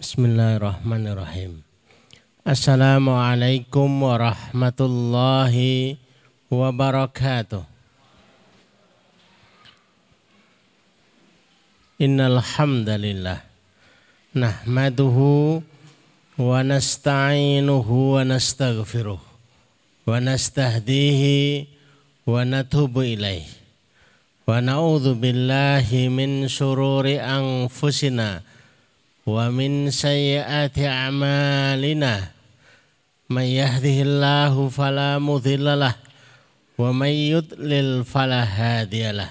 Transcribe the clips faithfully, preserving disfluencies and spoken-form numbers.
Bismillahirrahmanirrahim. Assalamualaikum warahmatullahi wabarakatuh. Innal hamdalillah nahmaduhu wa nasta'inuhu wa nastaghfiruh wa nastahdihi wa natubu ilaih wa na'udzu billahi min syururi anfusina wa min sayyiati a'malina may yahdihillahu fala mudhillalah wa may yudlil fala hadiyalah.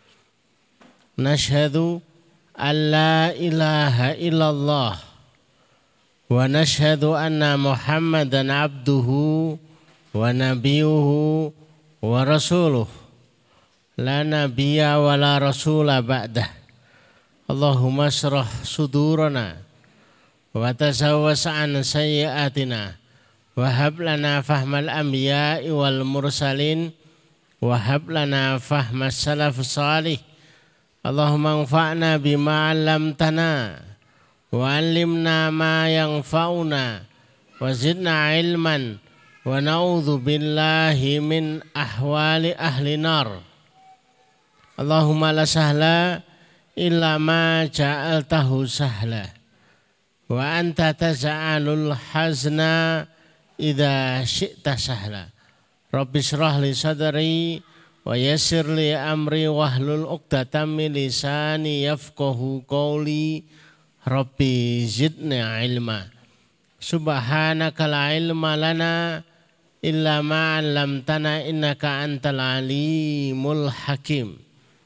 Nashhadu an la ilaha illallah wa nashhadu anna Muhammadan abduhu wa nabiyuhu wa rasuluh la nabiyya wa la rasula ba'dah. Allahumma syrah sudurana wa tasawwas an sayyiatina wa hab lana fahmal anbiya'i wal mursalin wa hab lana fahmas salaf salih. Allahumma anfa'na bima 'allamtana wa 'allimna ma yanfa'una wa zidna ilman wa na'udzu billahi min ahwali ahli nar. Allahumma la sahla illa ma ja'altahu sahla wa anta taj'alul hazna idza syi'ta sahla. Rabbi shrah li sadri wa yassir li amri wahlul 'uqdatam min lisani yafqahu qawli. Rabbi zidni ilma. Subhanaka la ilma lana illa ma 'allamtana innaka antal alimul hakim.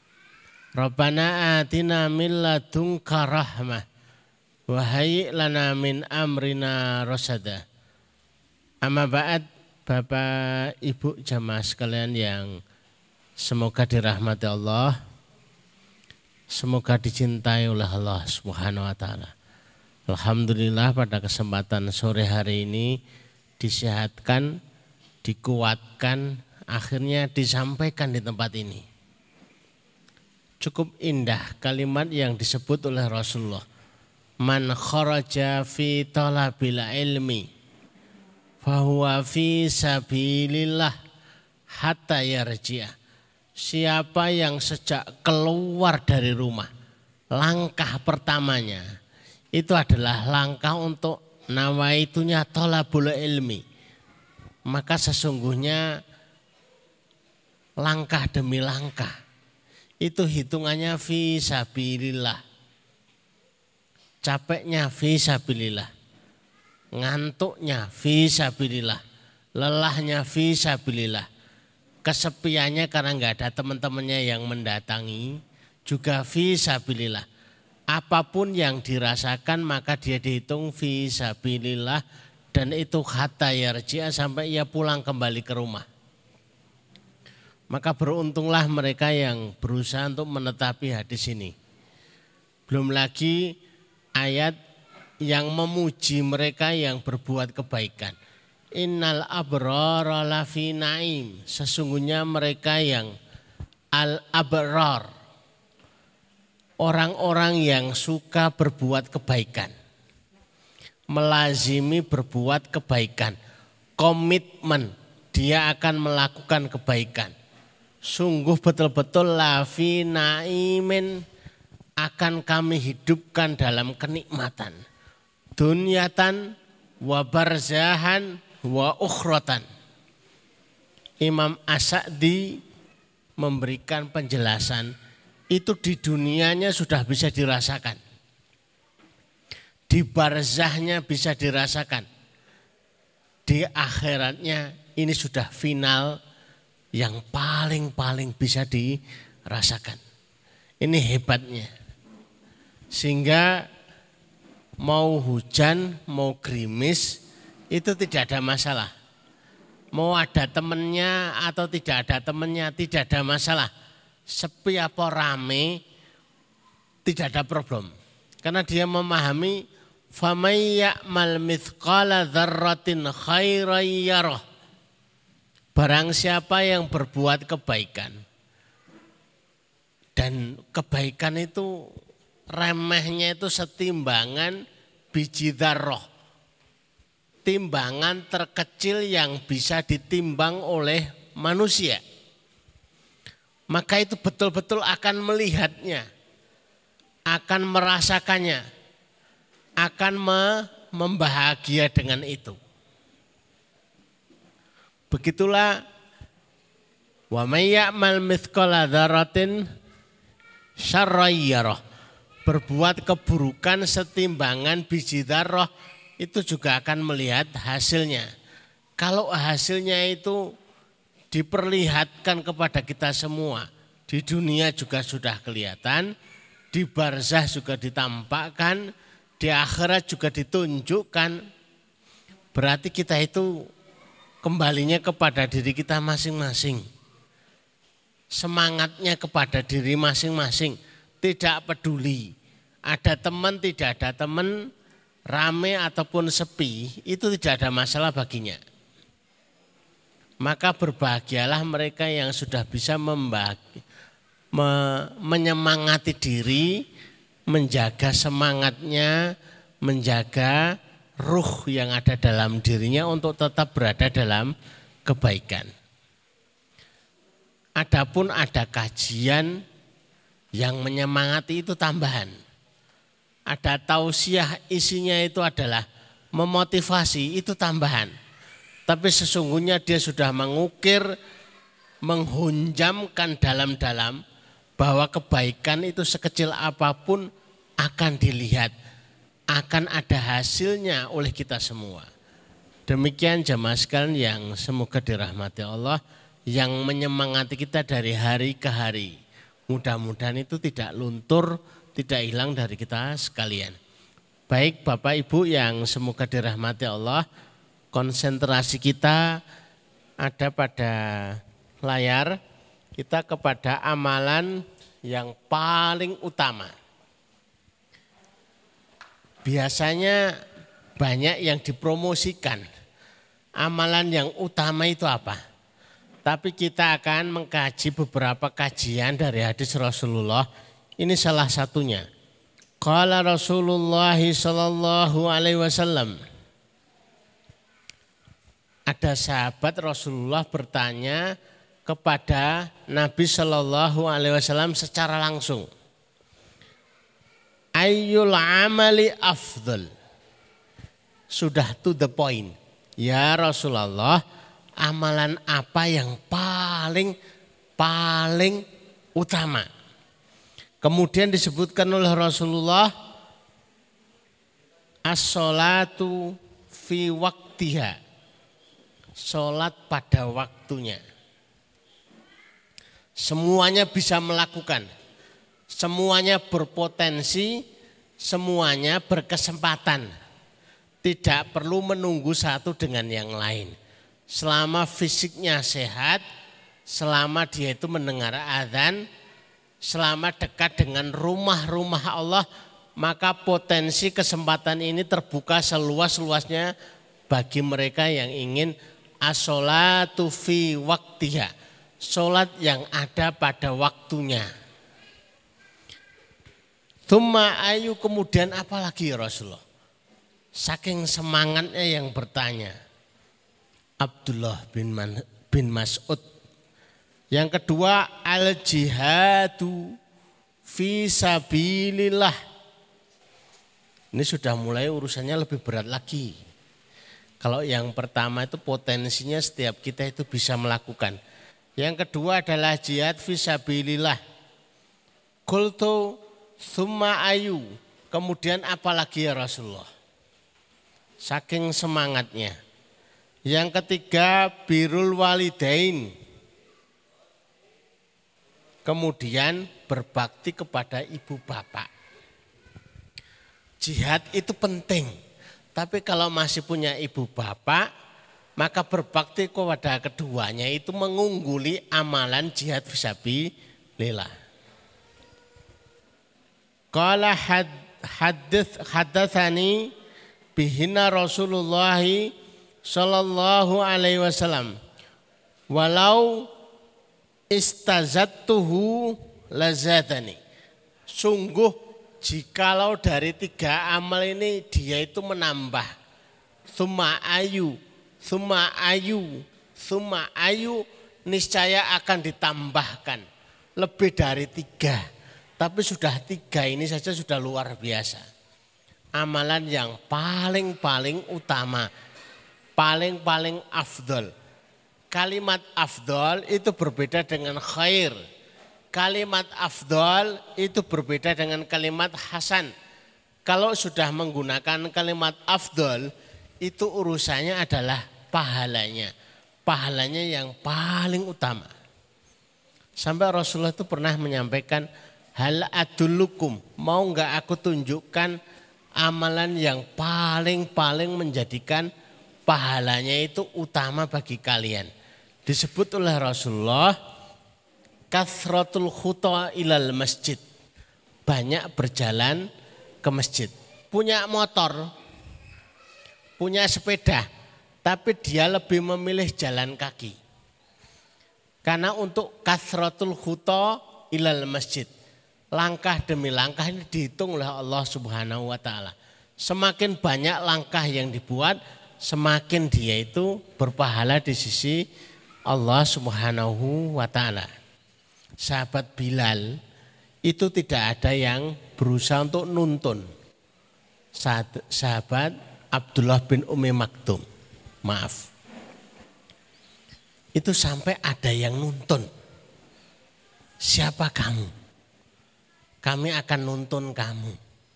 Rabbana atina min ladunka rahmah wa hayyi' lana min amrina rasada. Amma ba'd, Bapak Ibu jamaah sekalian yang semoga dirahmati Allah, semoga dicintai oleh Allah Subhanahu wa taala. Alhamdulillah pada kesempatan sore hari ini disehatkan, dikuatkan, akhirnya disampaikan di tempat ini. Cukup indah kalimat yang disebut oleh Rasulullah. Man kharaja fi talabil ilmi fahuwa fi sabilillah hatta yarji'a. Siapa yang sejak keluar dari rumah, langkah pertamanya itu adalah langkah untuk nawaitunya talabul ilmi, maka sesungguhnya langkah demi langkah itu hitungannya fi sabilillah. Capeknya fi sabilillah, ngantuknya fi sabilillah, lelahnya fi sabilillah, kesepiannya karena enggak ada teman-temannya yang mendatangi juga fi sabilillah. Apapun yang dirasakan maka dia dihitung fi sabilillah, dan itu hatta yarji'a, sampai ia pulang kembali ke rumah. Maka beruntunglah mereka yang berusaha untuk menetapi hadis ini. Belum lagi ayat yang memuji mereka yang berbuat kebaikan. Innal abrara lafi naim. Sesungguhnya mereka yang al-abrar, orang-orang yang suka berbuat kebaikan, melazimi berbuat kebaikan, komitmen dia akan melakukan kebaikan. Sungguh betul-betul lafi naimin, akan kami hidupkan dalam kenikmatan. Dunyatan wa barzahan wa ukhrotan. Imam As-Sa'di memberikan penjelasan itu di dunianya sudah bisa dirasakan. Di barzahnya bisa dirasakan. Di akhiratnya ini sudah final yang paling-paling bisa dirasakan. Ini hebatnya. Sehingga mau hujan, mau gerimis itu tidak ada masalah. Mau ada temennya atau tidak ada temennya tidak ada masalah. Sepi apa rame tidak ada problem. Karena dia memahami famay ya'mal mithqala dzarratin khairan yarah. Barang siapa yang berbuat kebaikan, dan kebaikan itu remehnya itu setimbangan biji dzarrah. Timbangan terkecil yang bisa ditimbang oleh manusia. Maka itu betul-betul akan melihatnya, akan merasakannya, akan membahagia dengan itu. Begitulah wa may ya'mal mithqala dzarratin syarran yarah. Berbuat keburukan setimbangan biji dzarrah itu juga akan melihat hasilnya. Kalau hasilnya itu diperlihatkan kepada kita semua, di dunia juga sudah kelihatan, di barzah juga ditampakkan, di akhirat juga ditunjukkan, berarti kita itu kembalinya kepada diri kita masing-masing. Semangatnya kepada diri masing-masing, tidak peduli. Ada teman, tidak ada teman, rame ataupun sepi, itu tidak ada masalah baginya. Maka berbahagialah mereka yang sudah bisa membagi, me, menyemangati diri, menjaga semangatnya, menjaga ruh yang ada dalam dirinya untuk tetap berada dalam kebaikan. Adapun ada kajian yang menyemangati itu tambahan. Ada tausiah isinya itu adalah memotivasi, itu tambahan. Tapi sesungguhnya dia sudah mengukir, menghunjamkan dalam-dalam bahwa kebaikan itu sekecil apapun akan dilihat, akan ada hasilnya oleh kita semua. Demikian jamaah sekalian yang semoga dirahmati Allah, yang menyemangati kita dari hari ke hari. Mudah-mudahan itu tidak luntur, tidak hilang dari kita sekalian. Baik Bapak Ibu yang semoga dirahmati Allah, konsentrasi kita ada pada layar, kita kepada amalan yang paling utama. Biasanya banyak yang dipromosikan, amalan yang utama itu apa? Tapi kita akan mengkaji beberapa kajian dari hadis Rasulullah. Ini salah satunya. Qala Rasulullah sallallahu alaihi wasallam. Ada sahabat Rasulullah bertanya kepada Nabi sallallahu alaihi wasallam secara langsung. Ayyul amali afdal. Sudah to the point. Ya Rasulullah, amalan apa yang paling paling utama? Kemudian disebutkan oleh Rasulullah, as-sholatu fi waktiha, sholat pada waktunya. Semuanya bisa melakukan, semuanya berpotensi, semuanya berkesempatan. Tidak perlu menunggu satu dengan yang lain. Selama fisiknya sehat, selama dia itu mendengar adzan, selama dekat dengan rumah-rumah Allah, maka potensi kesempatan ini terbuka seluas-luasnya bagi mereka yang ingin as-sholatu fi waktiha, sholat yang ada pada waktunya. Tsumma ayu, kemudian apa lagi ya Rasulullah? Saking semangatnya yang bertanya, Abdullah bin, Man, bin Mas'ud. Yang kedua, al-jihadu fi sabilillah. Ini sudah mulai urusannya lebih berat lagi. Kalau yang pertama itu potensinya setiap kita itu bisa melakukan. Yang kedua adalah jihad fi sabilillah. Qultu tsumma ayu. Kemudian apa lagi ya Rasulullah? Saking semangatnya. Yang ketiga birrul walidain. Kemudian berbakti kepada ibu bapak. Jihad itu penting. Tapi kalau masih punya ibu bapak, maka berbakti kepada keduanya itu mengungguli amalan jihad fisabilillah. Qala hadits hadatsani bihina Rasulullah sallallahu alaihi wasallam. Walau istazattuhu lazatani. Sungguh jikalau dari tiga amal ini dia itu menambah summa ayu, summa ayu, summa ayu, niscaya akan ditambahkan lebih dari tiga. Tapi sudah tiga ini saja sudah luar biasa. Amalan yang paling-paling utama, paling-paling afdol. Kalimat afdol itu berbeda dengan khair. Kalimat afdol itu berbeda dengan kalimat hasan. Kalau sudah menggunakan kalimat afdol, itu urusannya adalah pahalanya. Pahalanya yang paling utama. Sampai Rasulullah itu pernah menyampaikan, hal adullukum, mau enggak aku tunjukkan amalan yang paling-paling menjadikan pahalanya itu utama bagi kalian. Disebut oleh Rasulullah, kathratul khuta ilal masjid. Banyak berjalan ke masjid. Punya motor, punya sepeda, tapi dia lebih memilih jalan kaki. Karena untuk kathratul khuta ilal masjid. Langkah demi langkah ini dihitung oleh Allah Subhanahu wa taala. Semakin banyak langkah yang dibuat, semakin dia itu berpahala di sisi Allah Subhanahu wa taala. Sahabat Bilal itu tidak ada yang berusaha untuk nuntun. Sahabat Abdullah bin Umi Maktum, maaf. Itu sampai ada yang nuntun. Siapa kamu? Kami akan nuntun kamu.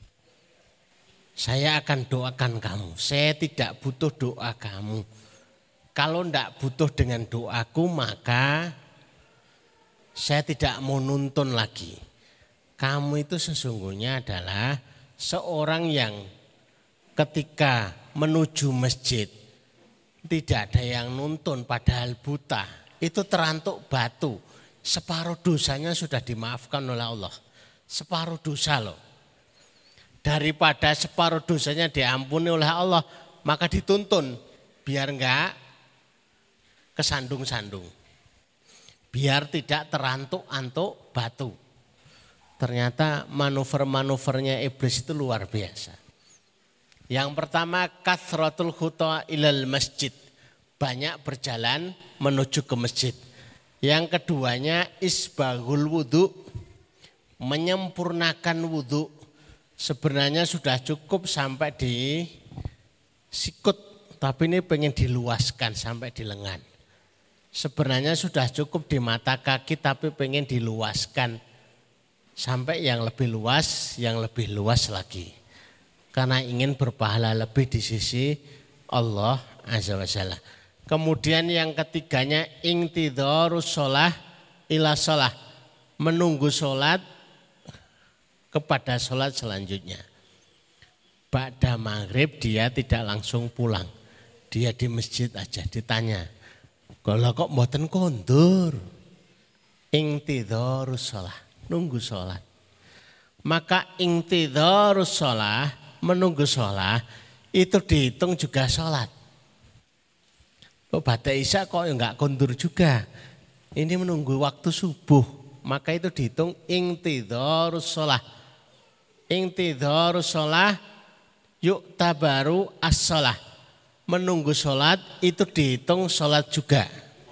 Saya akan doakan kamu. Saya tidak butuh doa kamu. Kalau tidak butuh dengan doaku, maka saya tidak mau nuntun lagi. Kamu itu sesungguhnya adalah seorang yang ketika menuju masjid tidak ada yang nuntun padahal buta. Itu terantuk batu. Separuh dosanya sudah dimaafkan oleh Allah. Separuh dosa loh. Daripada separuh dosanya diampuni oleh Allah, maka dituntun biar enggak kesandung-sandung. Biar tidak terantuk-antuk batu. Ternyata manuver-manuvernya iblis itu luar biasa. Yang pertama, kathratul khuta ilal masjid. Banyak berjalan menuju ke masjid. Yang keduanya, isbaghul wudu. Menyempurnakan wudu. Sebenarnya sudah cukup sampai di sikut, tapi ini pengen diluaskan sampai di lengan. Sebenarnya sudah cukup di mata kaki, tapi pengen diluaskan sampai yang lebih luas, yang lebih luas lagi. Karena ingin berpahala lebih di sisi Allah Azza wa Jalla. Kemudian yang ketiganya, ingtidharus sholah ila sholah. Menunggu sholat kepada sholat selanjutnya. Ba'da maghrib dia tidak langsung pulang. Dia di masjid aja ditanya. Kalau kok mboten kondur? Ingtidharus sholah, nunggu sholat. Maka ingtidharus sholah, menunggu sholat, itu dihitung juga sholat. Kok ba'da isya kok enggak kondur juga? Ini menunggu waktu subuh, maka itu dihitung ingtidharus sholah. Ingtidharus sholah yuk tabaru as-sholah. Menunggu sholat itu dihitung sholat juga.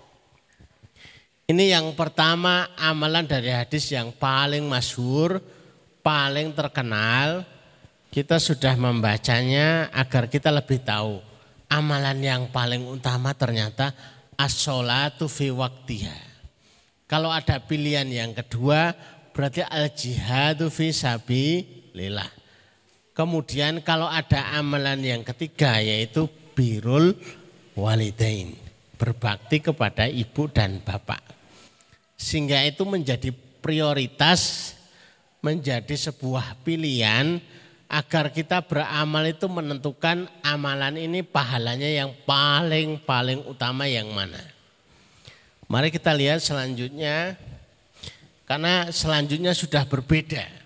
Ini yang pertama amalan dari hadis yang paling masyhur, paling terkenal. Kita sudah membacanya agar kita lebih tahu. Amalan yang paling utama ternyata as-sholatu fi waktiha. Kalau ada pilihan yang kedua berarti al-jihadu fi sabilillah. Kemudian kalau ada amalan yang ketiga yaitu birrul walidain. Berbakti kepada ibu dan bapak. Sehingga itu menjadi prioritas, menjadi sebuah pilihan agar kita beramal itu menentukan amalan ini pahalanya yang paling-paling utama yang mana. Mari kita lihat selanjutnya, karena selanjutnya sudah berbeda.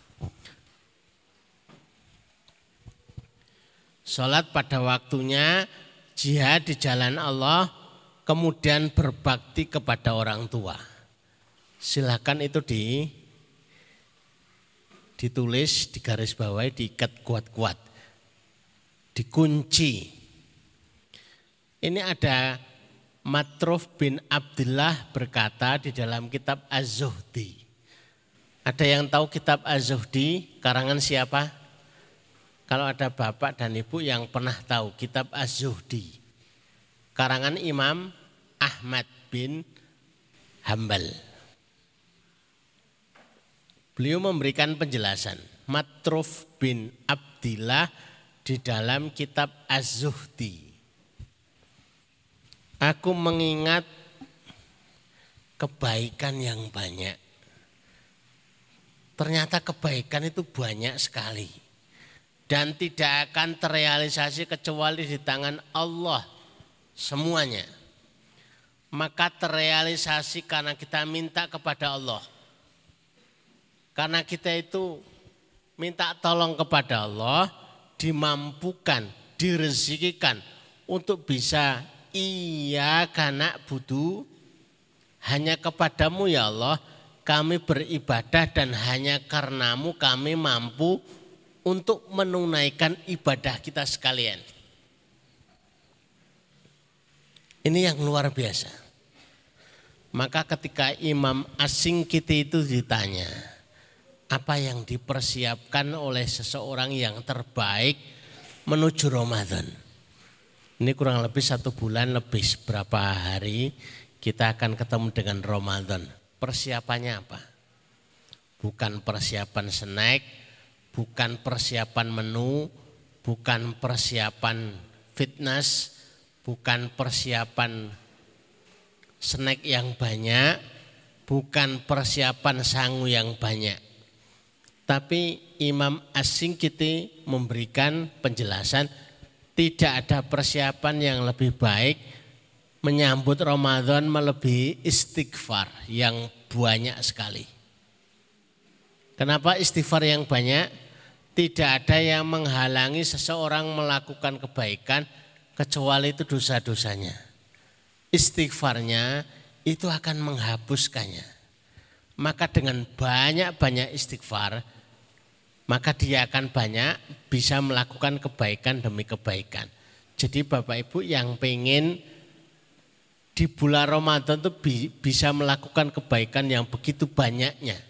Sholat pada waktunya, jihad di jalan Allah, kemudian berbakti kepada orang tua. Silakan itu di ditulis, digarisbawahi, diikat kuat-kuat, dikunci. Ini ada Matruf bin Abdullah berkata di dalam kitab Az-Zuhdi. Ada yang tahu kitab Az-Zuhdi, karangan siapa? Kalau ada bapak dan ibu yang pernah tahu kitab Az-Zuhdi, karangan Imam Ahmad bin Hambal. Beliau memberikan penjelasan. Matruf bin Abdillah di dalam kitab Az-Zuhdi. Aku mengingat kebaikan yang banyak. Ternyata kebaikan itu banyak sekali. Dan tidak akan terrealisasi kecuali di tangan Allah semuanya. Maka terrealisasi karena kita minta kepada Allah. Karena kita itu minta tolong kepada Allah, dimampukan, direzekikan untuk bisa iya karena butuh hanya kepadamu ya Allah kami beribadah dan hanya karenamu kami mampu untuk menunaikan ibadah kita sekalian. Ini yang luar biasa. Maka ketika Imam As-Singkiti itu ditanya, apa yang dipersiapkan oleh seseorang yang terbaik menuju Ramadan? Ini kurang lebih satu bulan lebih beberapa hari kita akan ketemu dengan Ramadan. Persiapannya apa? Bukan persiapan snack, bukan persiapan menu, bukan persiapan fitness, bukan persiapan snack yang banyak, bukan persiapan sangu yang banyak. Tapi Imam As-Singkiti memberikan penjelasan tidak ada persiapan yang lebih baik menyambut Ramadan melebihi istighfar yang banyak sekali. Kenapa istighfar yang banyak? Tidak ada yang menghalangi seseorang melakukan kebaikan kecuali itu dosa-dosanya. Istighfarnya itu akan menghapuskannya. Maka dengan banyak-banyak istighfar, maka dia akan banyak bisa melakukan kebaikan demi kebaikan. Jadi Bapak Ibu yang pengen di bulan Ramadan itu bisa melakukan kebaikan yang begitu banyaknya.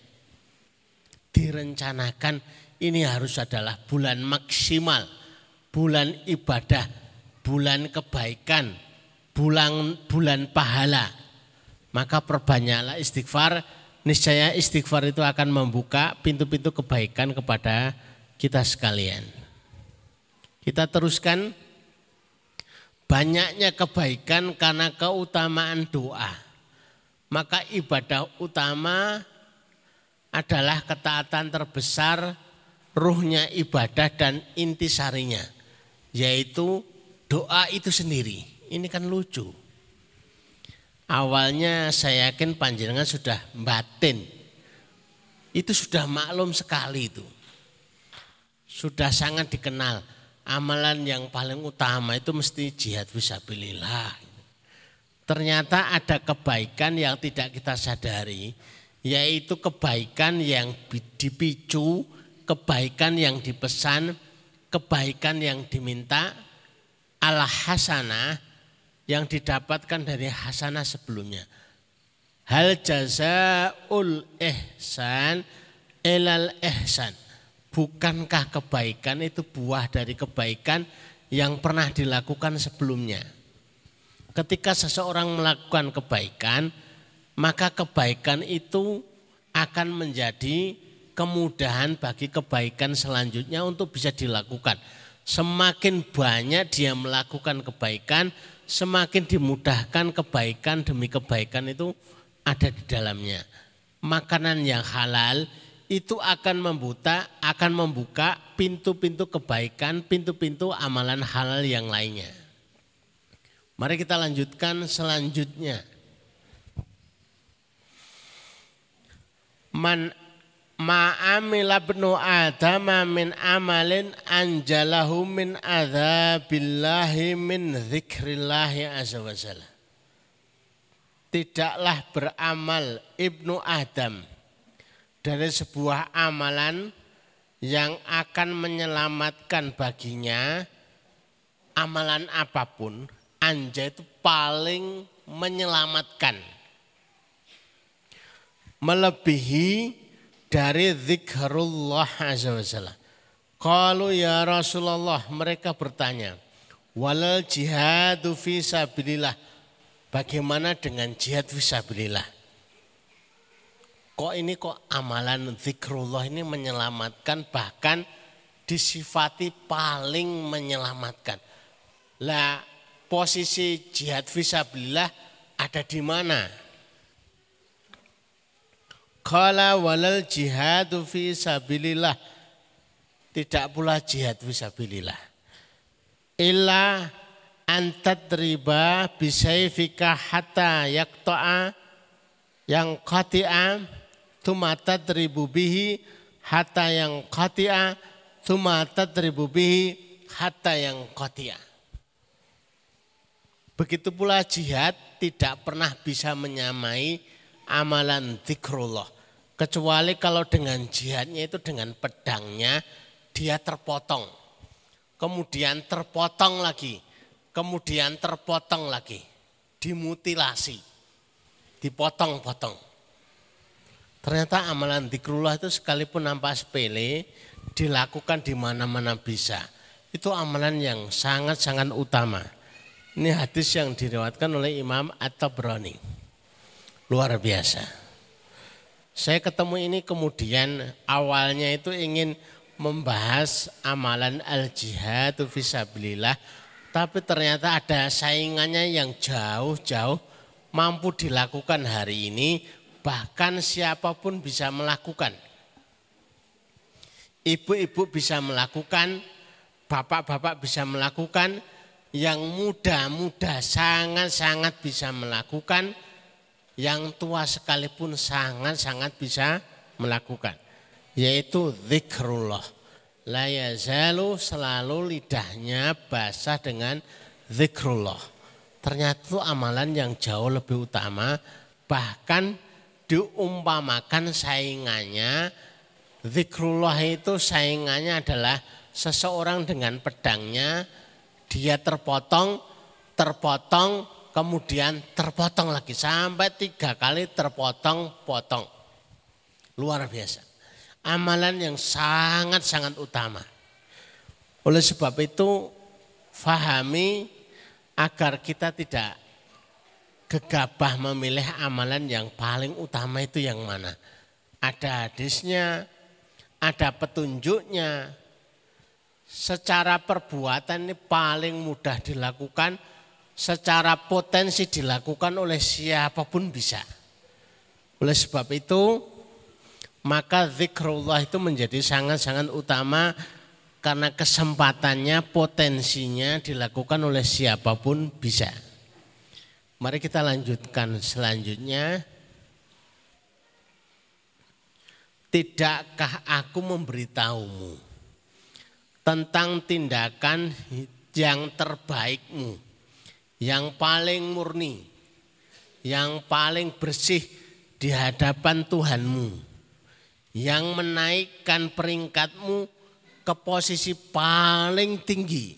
Direncanakan ini harus adalah bulan maksimal, bulan ibadah, bulan kebaikan, bulan bulan pahala. Maka perbanyaklah istighfar, niscaya istighfar itu akan membuka pintu-pintu kebaikan kepada kita sekalian. Kita teruskan. Banyaknya kebaikan karena keutamaan doa. Maka ibadah utama adalah ketaatan terbesar, ruhnya ibadah dan intisarinya. Yaitu doa itu sendiri. Ini kan lucu. Awalnya saya yakin panjenengan sudah batin. Itu sudah maklum sekali itu. Sudah sangat dikenal. Amalan yang paling utama itu mesti jihad fisabilillah. Ternyata ada kebaikan yang tidak kita sadari, yaitu kebaikan yang dipicu, kebaikan yang dipesan, kebaikan yang diminta, ala hasanah yang didapatkan dari hasanah sebelumnya. Hal jazaul ihsan ilal ihsan. Bukankah kebaikan itu buah dari kebaikan yang pernah dilakukan sebelumnya? Ketika seseorang melakukan kebaikan, maka kebaikan itu akan menjadi kemudahan bagi kebaikan selanjutnya untuk bisa dilakukan. Semakin banyak dia melakukan kebaikan, semakin dimudahkan kebaikan demi kebaikan itu ada di dalamnya. Makanan yang halal itu akan membuka, akan membuka pintu-pintu kebaikan, pintu-pintu amalan halal yang lainnya. Mari kita lanjutkan selanjutnya. Man ma'amila ibnu adama min amalin anjalahu min adzabillahi min dzikrillahi azza wa jalla. Tidaklah beramal ibnu Adam dari sebuah amalan yang akan menyelamatkan baginya amalan apapun, anja itu paling menyelamatkan. Melebihi dari zikrullah azza wa jalla. Qalu ya Rasulullah, mereka bertanya, walal jihadu fi sabilillah, bagaimana dengan jihad fi sabilillah? Kok ini kok amalan zikrullah ini menyelamatkan, bahkan disifati paling menyelamatkan. Lah posisi jihad fisabilillah ada di mana? Qala walal jihadu fisabilillah, tidak pula jihad fisabilillah. Illa antadriba bisayfika hatta yaqta'a yang qati'a tsumma tadribu bihi hatta yang qati'a tsumma tadribu bihi hatta yang qati'a. Begitu pula jihad tidak pernah bisa menyamai amalan zikrullah. Kecuali kalau dengan jihadnya itu dengan pedangnya dia terpotong. Kemudian terpotong lagi. Kemudian terpotong lagi. Dimutilasi. Dipotong-potong. Ternyata amalan zikrullah itu sekalipun nampak sepele, dilakukan di mana-mana bisa. Itu amalan yang sangat-sangat utama. Ini hadis yang diriwayatkan oleh Imam At-Tabrani. Luar biasa. Saya ketemu ini kemudian awalnya itu ingin membahas amalan al-jihad fisabilillah. Tapi ternyata ada saingannya yang jauh-jauh mampu dilakukan hari ini. Bahkan siapapun bisa melakukan. Ibu-ibu bisa melakukan, bapak-bapak bisa melakukan, yang muda-muda sangat-sangat bisa melakukan, yang tua sekalipun sangat-sangat bisa melakukan. Yaitu zikrullah. La yazalu, selalu lidahnya basah dengan zikrullah. Ternyata itu amalan yang jauh lebih utama, bahkan diumpamakan saingannya. Zikrullah itu saingannya adalah seseorang dengan pedangnya, dia terpotong, terpotong, kemudian terpotong lagi. Sampai tiga kali terpotong-potong. Luar biasa. Amalan yang sangat-sangat utama. Oleh sebab itu, fahami agar kita tidak gegabah memilih amalan yang paling utama itu yang mana. Ada hadisnya, ada petunjuknya. Secara perbuatan ini paling mudah dilakukan, secara potensi dilakukan oleh siapapun bisa. Oleh sebab itu, maka zikrullah itu menjadi sangat-sangat utama karena kesempatannya, potensinya dilakukan oleh siapapun bisa. Mari kita lanjutkan selanjutnya. Tidakkah aku memberitahumu tentang tindakan yang terbaikmu, yang paling murni, yang paling bersih di hadapan Tuhanmu, yang menaikkan peringkatmu ke posisi paling tinggi,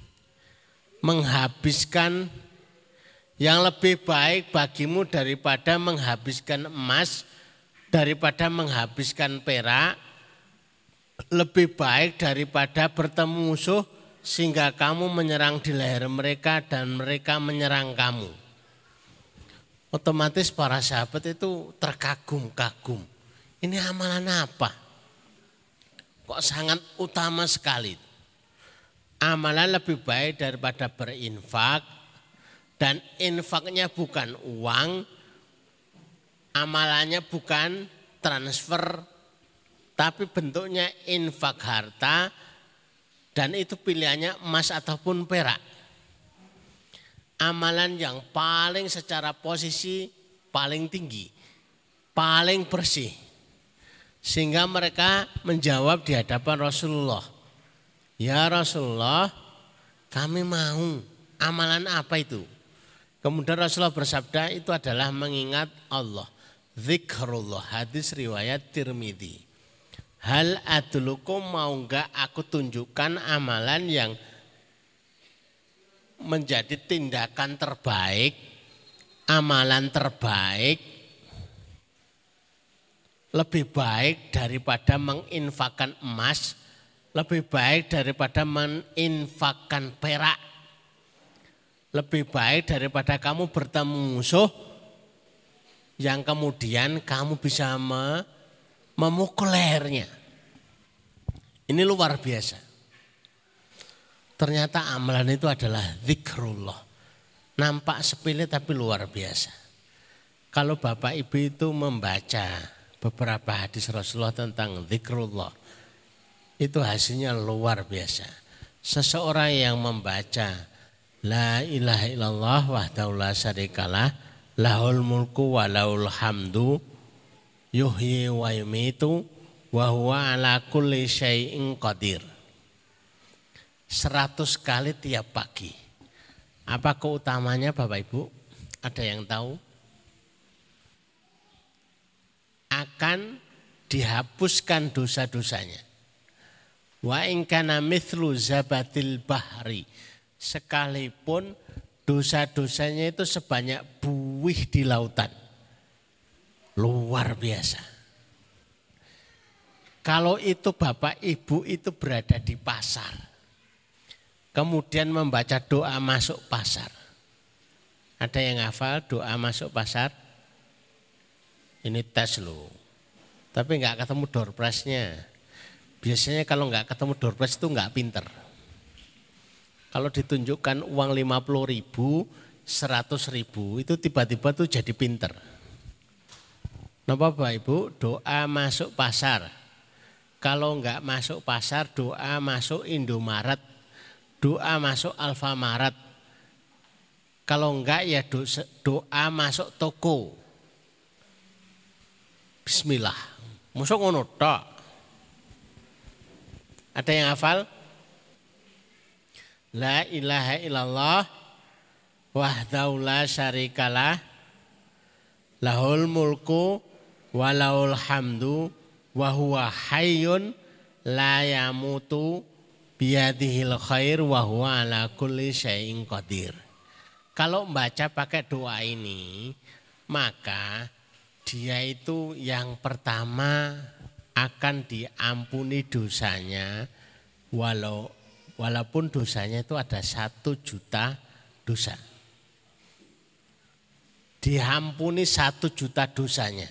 menghabiskan yang lebih baik bagimu daripada menghabiskan emas, daripada menghabiskan perak, lebih baik daripada bertemu musuh sehingga kamu menyerang di leher mereka dan mereka menyerang kamu. Otomatis para sahabat itu terkagum-kagum. Ini amalan apa? Kok sangat utama sekali. Amalan lebih baik daripada berinfak, dan infaknya bukan uang, amalannya bukan transfer, tapi bentuknya infak harta, dan itu pilihannya emas ataupun perak. Amalan yang paling secara posisi paling tinggi, paling bersih. Sehingga mereka menjawab di hadapan Rasulullah, ya Rasulullah, kami mau, amalan apa itu? Kemudian Rasulullah bersabda, itu adalah mengingat Allah. Zikrullah, hadis riwayat Tirmidzi. Hal adlukum, mau enggak aku tunjukkan amalan yang menjadi tindakan terbaik, amalan terbaik, lebih baik daripada menginfakkan emas, lebih baik daripada menginfakkan perak, lebih baik daripada kamu bertemu musuh yang kemudian kamu bisa me, memukul lehernya. Ini luar biasa. Ternyata amalan itu adalah zikrullah. Nampak sepele tapi luar biasa. Kalau Bapak Ibu itu membaca beberapa hadis Rasulullah tentang zikrullah, itu hasilnya luar biasa. Seseorang yang membaca la ilaha illallah wahdahu la syarikalah lahul mulku wa lahul hamdu yuhyi wa yumitu wa huwa ala kulli syai'in qadir. Seratus kali tiap pagi. Apa keutamanya Bapak Ibu? Ada yang tahu? Akan dihapuskan dosa-dosanya. Wa in kana mithlu zabatil bahri. Sekalipun dosa-dosanya itu sebanyak buih di lautan. Luar biasa. Kalau itu Bapak Ibu itu berada di pasar, kemudian membaca doa masuk pasar. Ada yang hafal doa masuk pasar? Ini tes loh. Tapi enggak ketemu door prize-nya. Biasanya kalau enggak ketemu door prize itu enggak pinter. Kalau ditunjukkan uang lima puluh ribu, seratus ribu itu tiba-tiba tuh jadi pinter. Napa Bapak Ibu? Doa masuk pasar. Kalau enggak masuk pasar, doa masuk Indomaret. Doa masuk Alfamaret. Kalau enggak ya doa masuk toko. Bismillah. Masuk ngono tok. Ada yang hafal? La ilaha illallah wahdahu la syarikalah lahul mulku wa lahul hamdu wa huwa hayyun la yamutu biyadihil khair wa huwa ala kulli syai'in qadir. Kalau membaca pakai doa ini, maka dia itu yang pertama akan diampuni dosanya, walau walaupun dosanya itu ada satu juta dosa. Diampuni satu juta dosanya.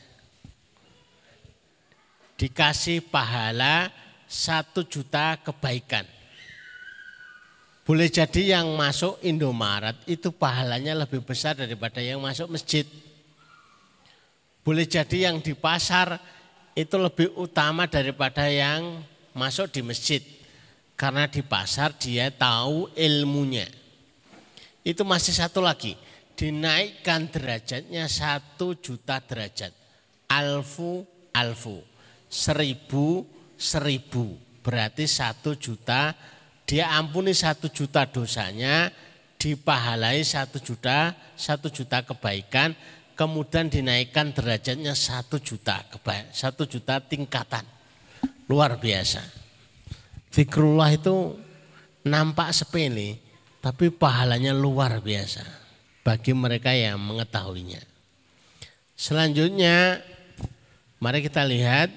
Dikasih pahala satu juta kebaikan. Boleh jadi yang masuk Indomaret itu pahalanya lebih besar daripada yang masuk masjid. Boleh jadi yang di pasar itu lebih utama daripada yang masuk di masjid. Karena di pasar dia tahu ilmunya. Itu masih satu lagi. Dinaikkan derajatnya satu juta derajat. Alfu, alfu. Seribu, seribu. Berarti satu juta. Dia ampuni satu juta dosanya, dipahalai satu juta, satu juta kebaikan, kemudian dinaikkan derajatnya satu juta kebaikan, satu juta tingkatan. Luar biasa. Zikrullah itu nampak sepele, tapi pahalanya luar biasa bagi mereka yang mengetahuinya. Selanjutnya, mari kita lihat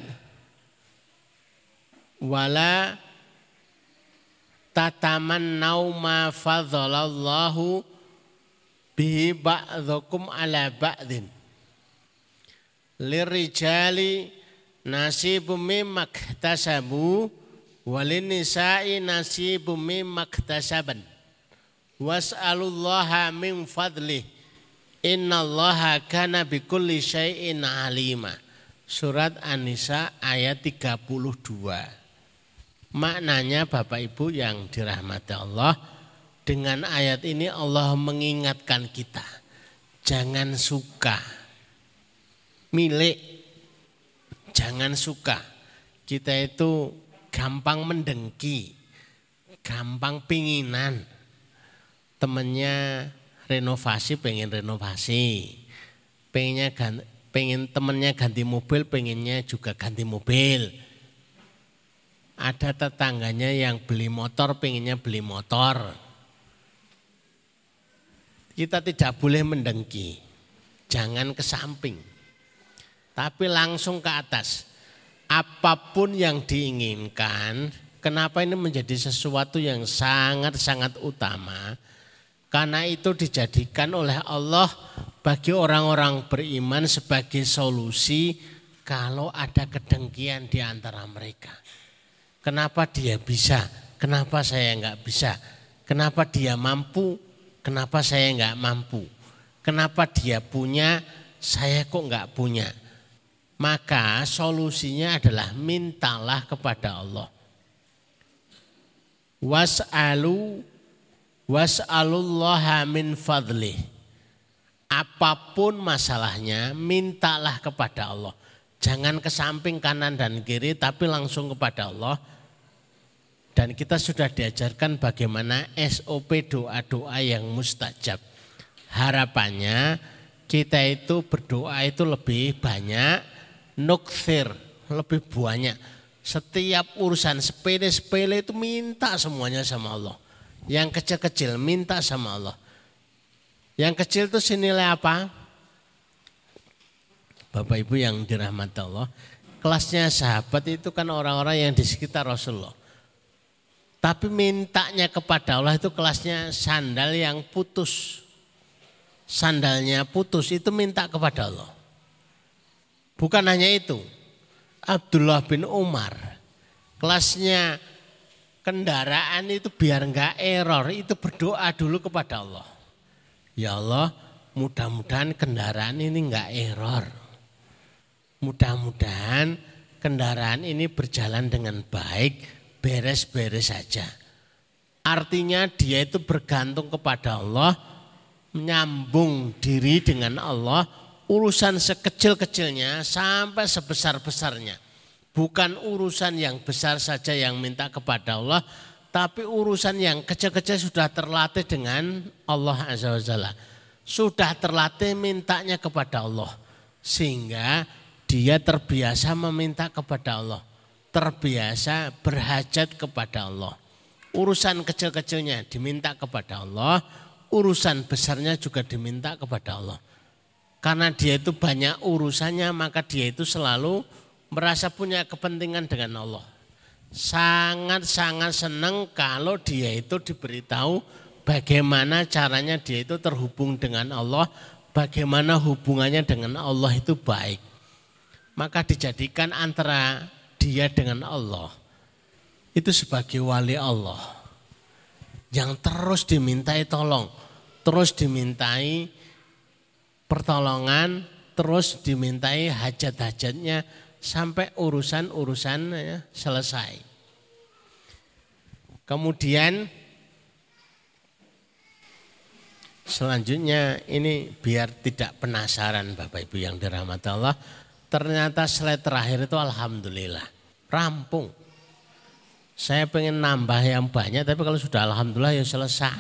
wala tataman nauma fadzalallahu bihi ba'dhukum ala ba'din lirijali nasibum mimma iktasabu walinisa'i nasibum mimma iktasaban was'alullaha min fadlih innallaha kana bikulli syai'in alima. Surat An-Nisa ayat tiga puluh dua. Maknanya Bapak Ibu yang dirahmati Allah, dengan ayat ini Allah mengingatkan kita, jangan suka milik, jangan suka. Kita itu gampang mendengki, gampang pinginan. Temennya renovasi pengen renovasi, pengennya ganti, pengen temennya ganti mobil, pengennya juga ganti mobil. ada tetangganya yang beli motor, pengennya beli motor. Kita tidak boleh mendengki, jangan ke samping, tapi langsung ke atas. Apapun yang diinginkan, kenapa ini menjadi sesuatu yang sangat-sangat utama? Karena itu dijadikan oleh Allah bagi orang-orang beriman sebagai solusi kalau ada kedengkian di antara mereka. Kenapa dia bisa? Kenapa saya enggak bisa? Kenapa dia mampu? Kenapa saya enggak mampu? Kenapa dia punya? Saya kok enggak punya? Maka solusinya adalah mintalah kepada Allah. Was'alu was'alullaha min fadlih. Apapun masalahnya, mintalah kepada Allah. Jangan ke samping kanan dan kiri, tapi langsung kepada Allah. Dan kita sudah diajarkan bagaimana S O P doa-doa yang mustajab. Harapannya kita itu berdoa itu lebih banyak, nukthir, lebih banyak. Setiap urusan sepele-sepele itu minta semuanya sama Allah. Yang kecil-kecil minta sama Allah. Yang kecil itu senilai apa? Bapak Ibu yang dirahmati Allah, kelasnya sahabat itu kan orang-orang yang di sekitar Rasulullah. Tapi mintanya kepada Allah itu kelasnya sandal yang putus. Sandalnya putus itu minta kepada Allah. Bukan hanya itu. Abdullah bin Umar, kelasnya kendaraan itu biar enggak error, itu berdoa dulu kepada Allah. Ya Allah, mudah-mudahan kendaraan ini enggak error. Mudah-mudahan kendaraan ini berjalan dengan baik, beres-beres saja. Artinya dia itu bergantung kepada Allah, menyambung diri dengan Allah, urusan sekecil-kecilnya sampai sebesar-besarnya. Bukan urusan yang besar saja yang minta kepada Allah, tapi urusan yang kecil-kecil sudah terlatih dengan Allah Azza wa Jalla. Sudah terlatih mintanya kepada Allah. Sehingga dia terbiasa meminta kepada Allah. Terbiasa berhajat kepada Allah. Urusan kecil-kecilnya diminta kepada Allah, urusan besarnya juga diminta kepada Allah. Karena dia itu banyak urusannya, maka dia itu selalu merasa punya kepentingan dengan Allah. Sangat-sangat senang kalau dia itu diberitahu bagaimana caranya dia itu terhubung dengan Allah, bagaimana hubungannya dengan Allah itu baik. Maka dijadikan antara dia dengan Allah itu sebagai wali Allah yang terus dimintai tolong, terus dimintai pertolongan, terus dimintai hajat-hajatnya sampai urusan-urusannya selesai. Kemudian selanjutnya ini biar tidak penasaran Bapak Ibu yang dirahmati Allah. Ternyata slide terakhir itu alhamdulillah, rampung. Saya pengen nambah yang banyak tapi kalau sudah alhamdulillah ya selesai.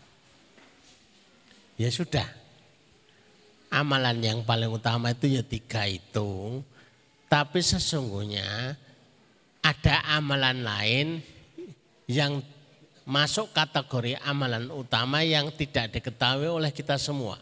Ya sudah. Amalan yang paling utama itu ya tiga itu. Tapi sesungguhnya ada amalan lain yang masuk kategori amalan utama yang tidak diketahui oleh kita semua.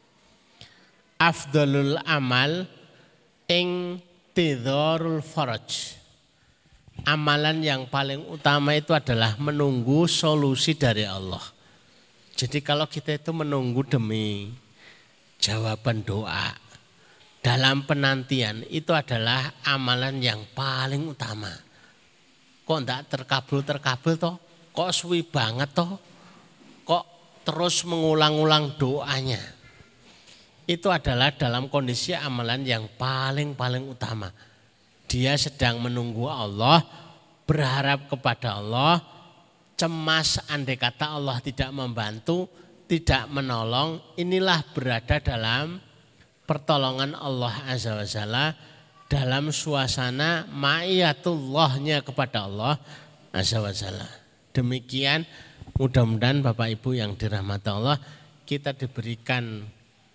Afdalul amal ing tidharul faraj. Amalan yang paling utama itu adalah menunggu solusi dari Allah. Jadi kalau kita itu menunggu demi jawaban doa dalam penantian itu adalah amalan yang paling utama. Kok enggak terkabul-terkabul toh? Kok suwi banget toh? Kok terus mengulang-ulang doanya? Itu adalah dalam kondisi amalan yang paling-paling utama. Dia sedang menunggu Allah, berharap kepada Allah, cemas andai kata Allah tidak membantu, tidak menolong. Inilah berada dalam pertolongan Allah Azza wa Jalla, dalam suasana ma'iyatullahnya kepada Allah Azza wa Jalla. Demikian mudah-mudahan Bapak Ibu yang dirahmati Allah, kita diberikan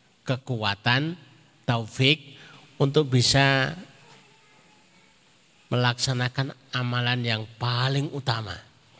kekuatan, taufik untuk bisa melaksanakan amalan yang paling utama.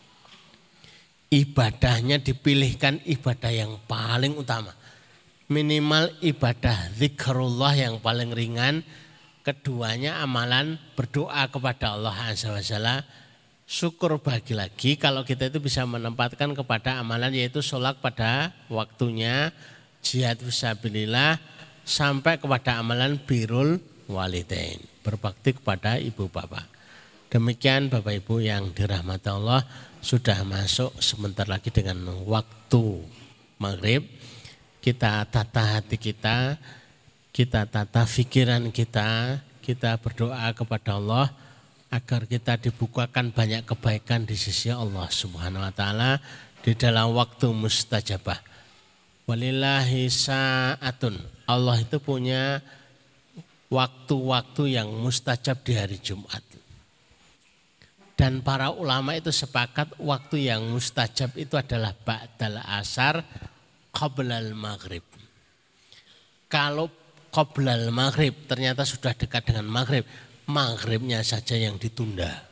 Ibadahnya dipilihkan ibadah yang paling utama. Minimal ibadah zikrullah yang paling ringan. Keduanya amalan berdoa kepada Allah Azza wa Jalla. Syukur bagi lagi kalau kita itu bisa menempatkan kepada amalan yaitu sholat pada waktunya, jihad fisabilillah, sampai kepada amalan birrul walidain, berbakti kepada ibu bapak. Demikian Bapak Ibu yang dirahmati Allah, sudah masuk sebentar lagi dengan waktu maghrib. Kita tata hati kita, kita tata pikiran kita, kita berdoa kepada Allah agar kita dibukakan banyak kebaikan di sisi Allah Subhanahu wa taala di dalam waktu mustajabah. Walillahi sa'atun. Allah itu punya waktu-waktu yang mustajab di hari Jumat. Dan para ulama itu sepakat waktu yang mustajab itu adalah ba'dal asar qablal maghrib. Kalau qablal maghrib ternyata sudah dekat dengan maghrib, maghribnya saja yang ditunda.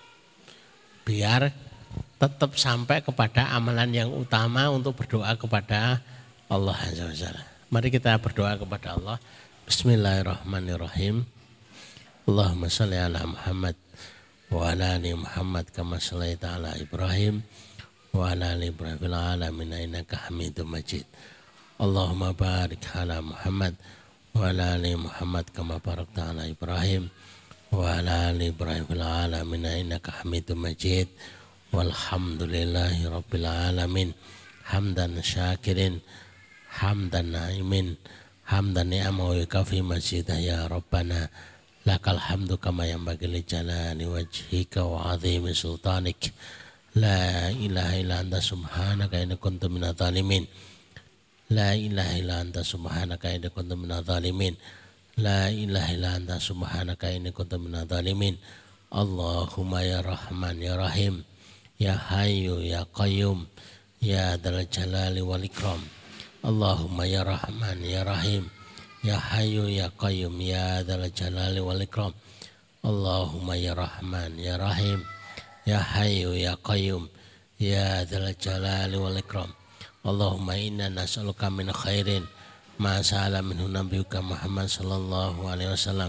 Biar tetap sampai kepada amalan yang utama untuk berdoa kepada Allah Azza wa Jalla. Mari kita berdoa kepada Allah. Bismillahirrahmanirrahim. Allahumma shalli ala Muhammad wa ala ali Muhammad kama shallaita ala Ibrahim wa ala ali Ibrahim fil alamin innaka Hamidum Majid. Allahumma barik ala Muhammad wa ala ali Muhammad kama barakta ala Ibrahim wa ala ali Ibrahim fil alamin innaka Hamidum Majid. Walhamdulillahi rabbil alamin. Hamdan syakirin, hamdan naimin, hamdan ni'ama wa yukafi majidah ya Rabbana. Lakal hamdu kama yanbaghi li jalali wajhika wa 'azimi sultanik. La ilaha illa anta subhanaka inni kuntu minadh dhalimin. La ilaha illa anta subhanaka inni kuntu minadh dhalimin. La ilaha illa anta subhanaka inni kuntu minadh dhalimin. Allahumma ya Rahman ya Rahim, ya Hayyu ya Qayyum, ya Dzal Jalali wal Ikram. Allahumma ya Rahman ya Rahim, ya Hayyu ya Qayyum, ya Dzal Jalali wal Ikram. Allahumma ya Rahman ya Rahim, ya Hayyu ya Qayyum, ya Dzal Jalali wal Ikram. Allahumma inna nas'aluka min khairin ma sa'ala minhu nabiyyuka Muhammad sallallahu alaihi wasallam.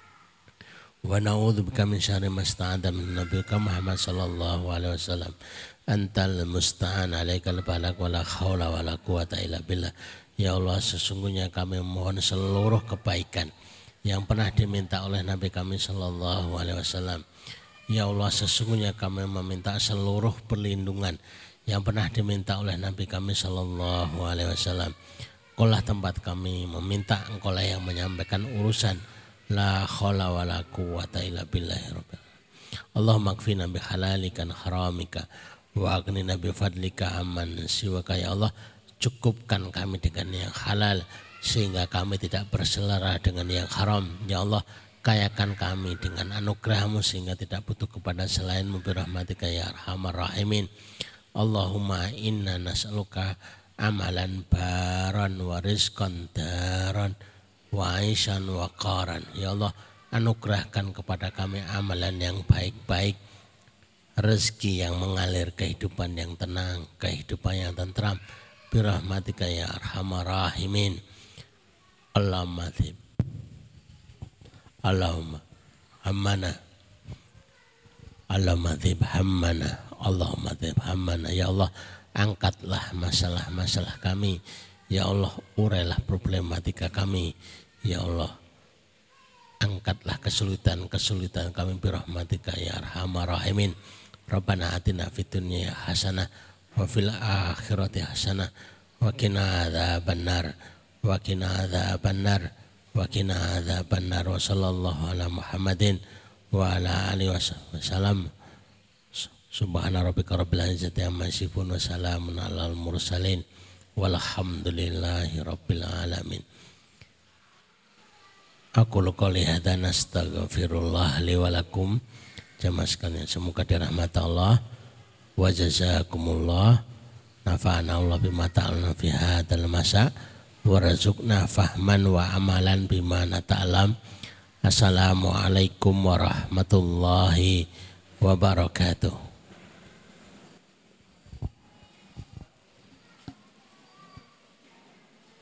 Wa na'udzubika min syarri ma sta'adha min nabiyyuka Muhammad sallallahu alaihi wasallam. Antal musta'an, alaikal balak, wala haula wala quwata illa billah. Ya Allah, sesungguhnya kami mohon seluruh kebaikan yang pernah diminta oleh Nabi kami sallallahu alaihi wasallam. Ya Allah, sesungguhnya kami meminta seluruh perlindungan yang pernah diminta oleh Nabi kami sallallahu alaihi wasallam. Engkaulah tempat kami meminta, Engkaulah yang menyampaikan urusan. La haula wala quwata illa billahi rabbil. Allahumma kfina bi halalika an haramika wa aghnina bi fadlika amman siwaka. Ya Allah, cukupkan kami dengan yang halal sehingga kami tidak berselera dengan yang haram. Ya Allah, kayakan kami dengan anugerahmu sehingga tidak butuh kepada selainmu bi rahmatika ya arhamar rahimin. Allahumma inna nas'aluka amalan baran wa rizqan daran wa aishan wa qaran. Ya Allah, anugerahkan kepada kami amalan yang baik-baik, rezeki yang mengalir, kehidupan yang tenang, kehidupan yang tentram, birahmatika ya arhamar rahimin. Allahumma thib Allahumma hammana Allahumma thib hammana Allahumma thib hammana. Ya Allah, angkatlah masalah-masalah kami. Ya Allah, urailah problematika kami. Ya Allah, angkatlah kesulitan-kesulitan kami birahmatika ya arhamar rahimin. Rabbana atina fid dunya hasanah wa fil akhirati hasanah wa qina adzabannar wa qina adzabannar wa qina adzabannar. Wa sallallahu ala Muhammadin wa ala alihi wasallam. Subhana rabbika rabbil izzati amma yasifun wa salamun alal mursalin walhamdulillahi rabbil alamin. Aku qouli hadza nastaghfirullah li wa lakum. Jamaah sekalian, semoga dirahmati Allah wa jazakumullah. Nafa'ana Allah bima ta'alna fi hadzal masa wa razuqna fahman wa amalan bima nata'lam. Assalamualaikum warahmatullahi wabarakatuh.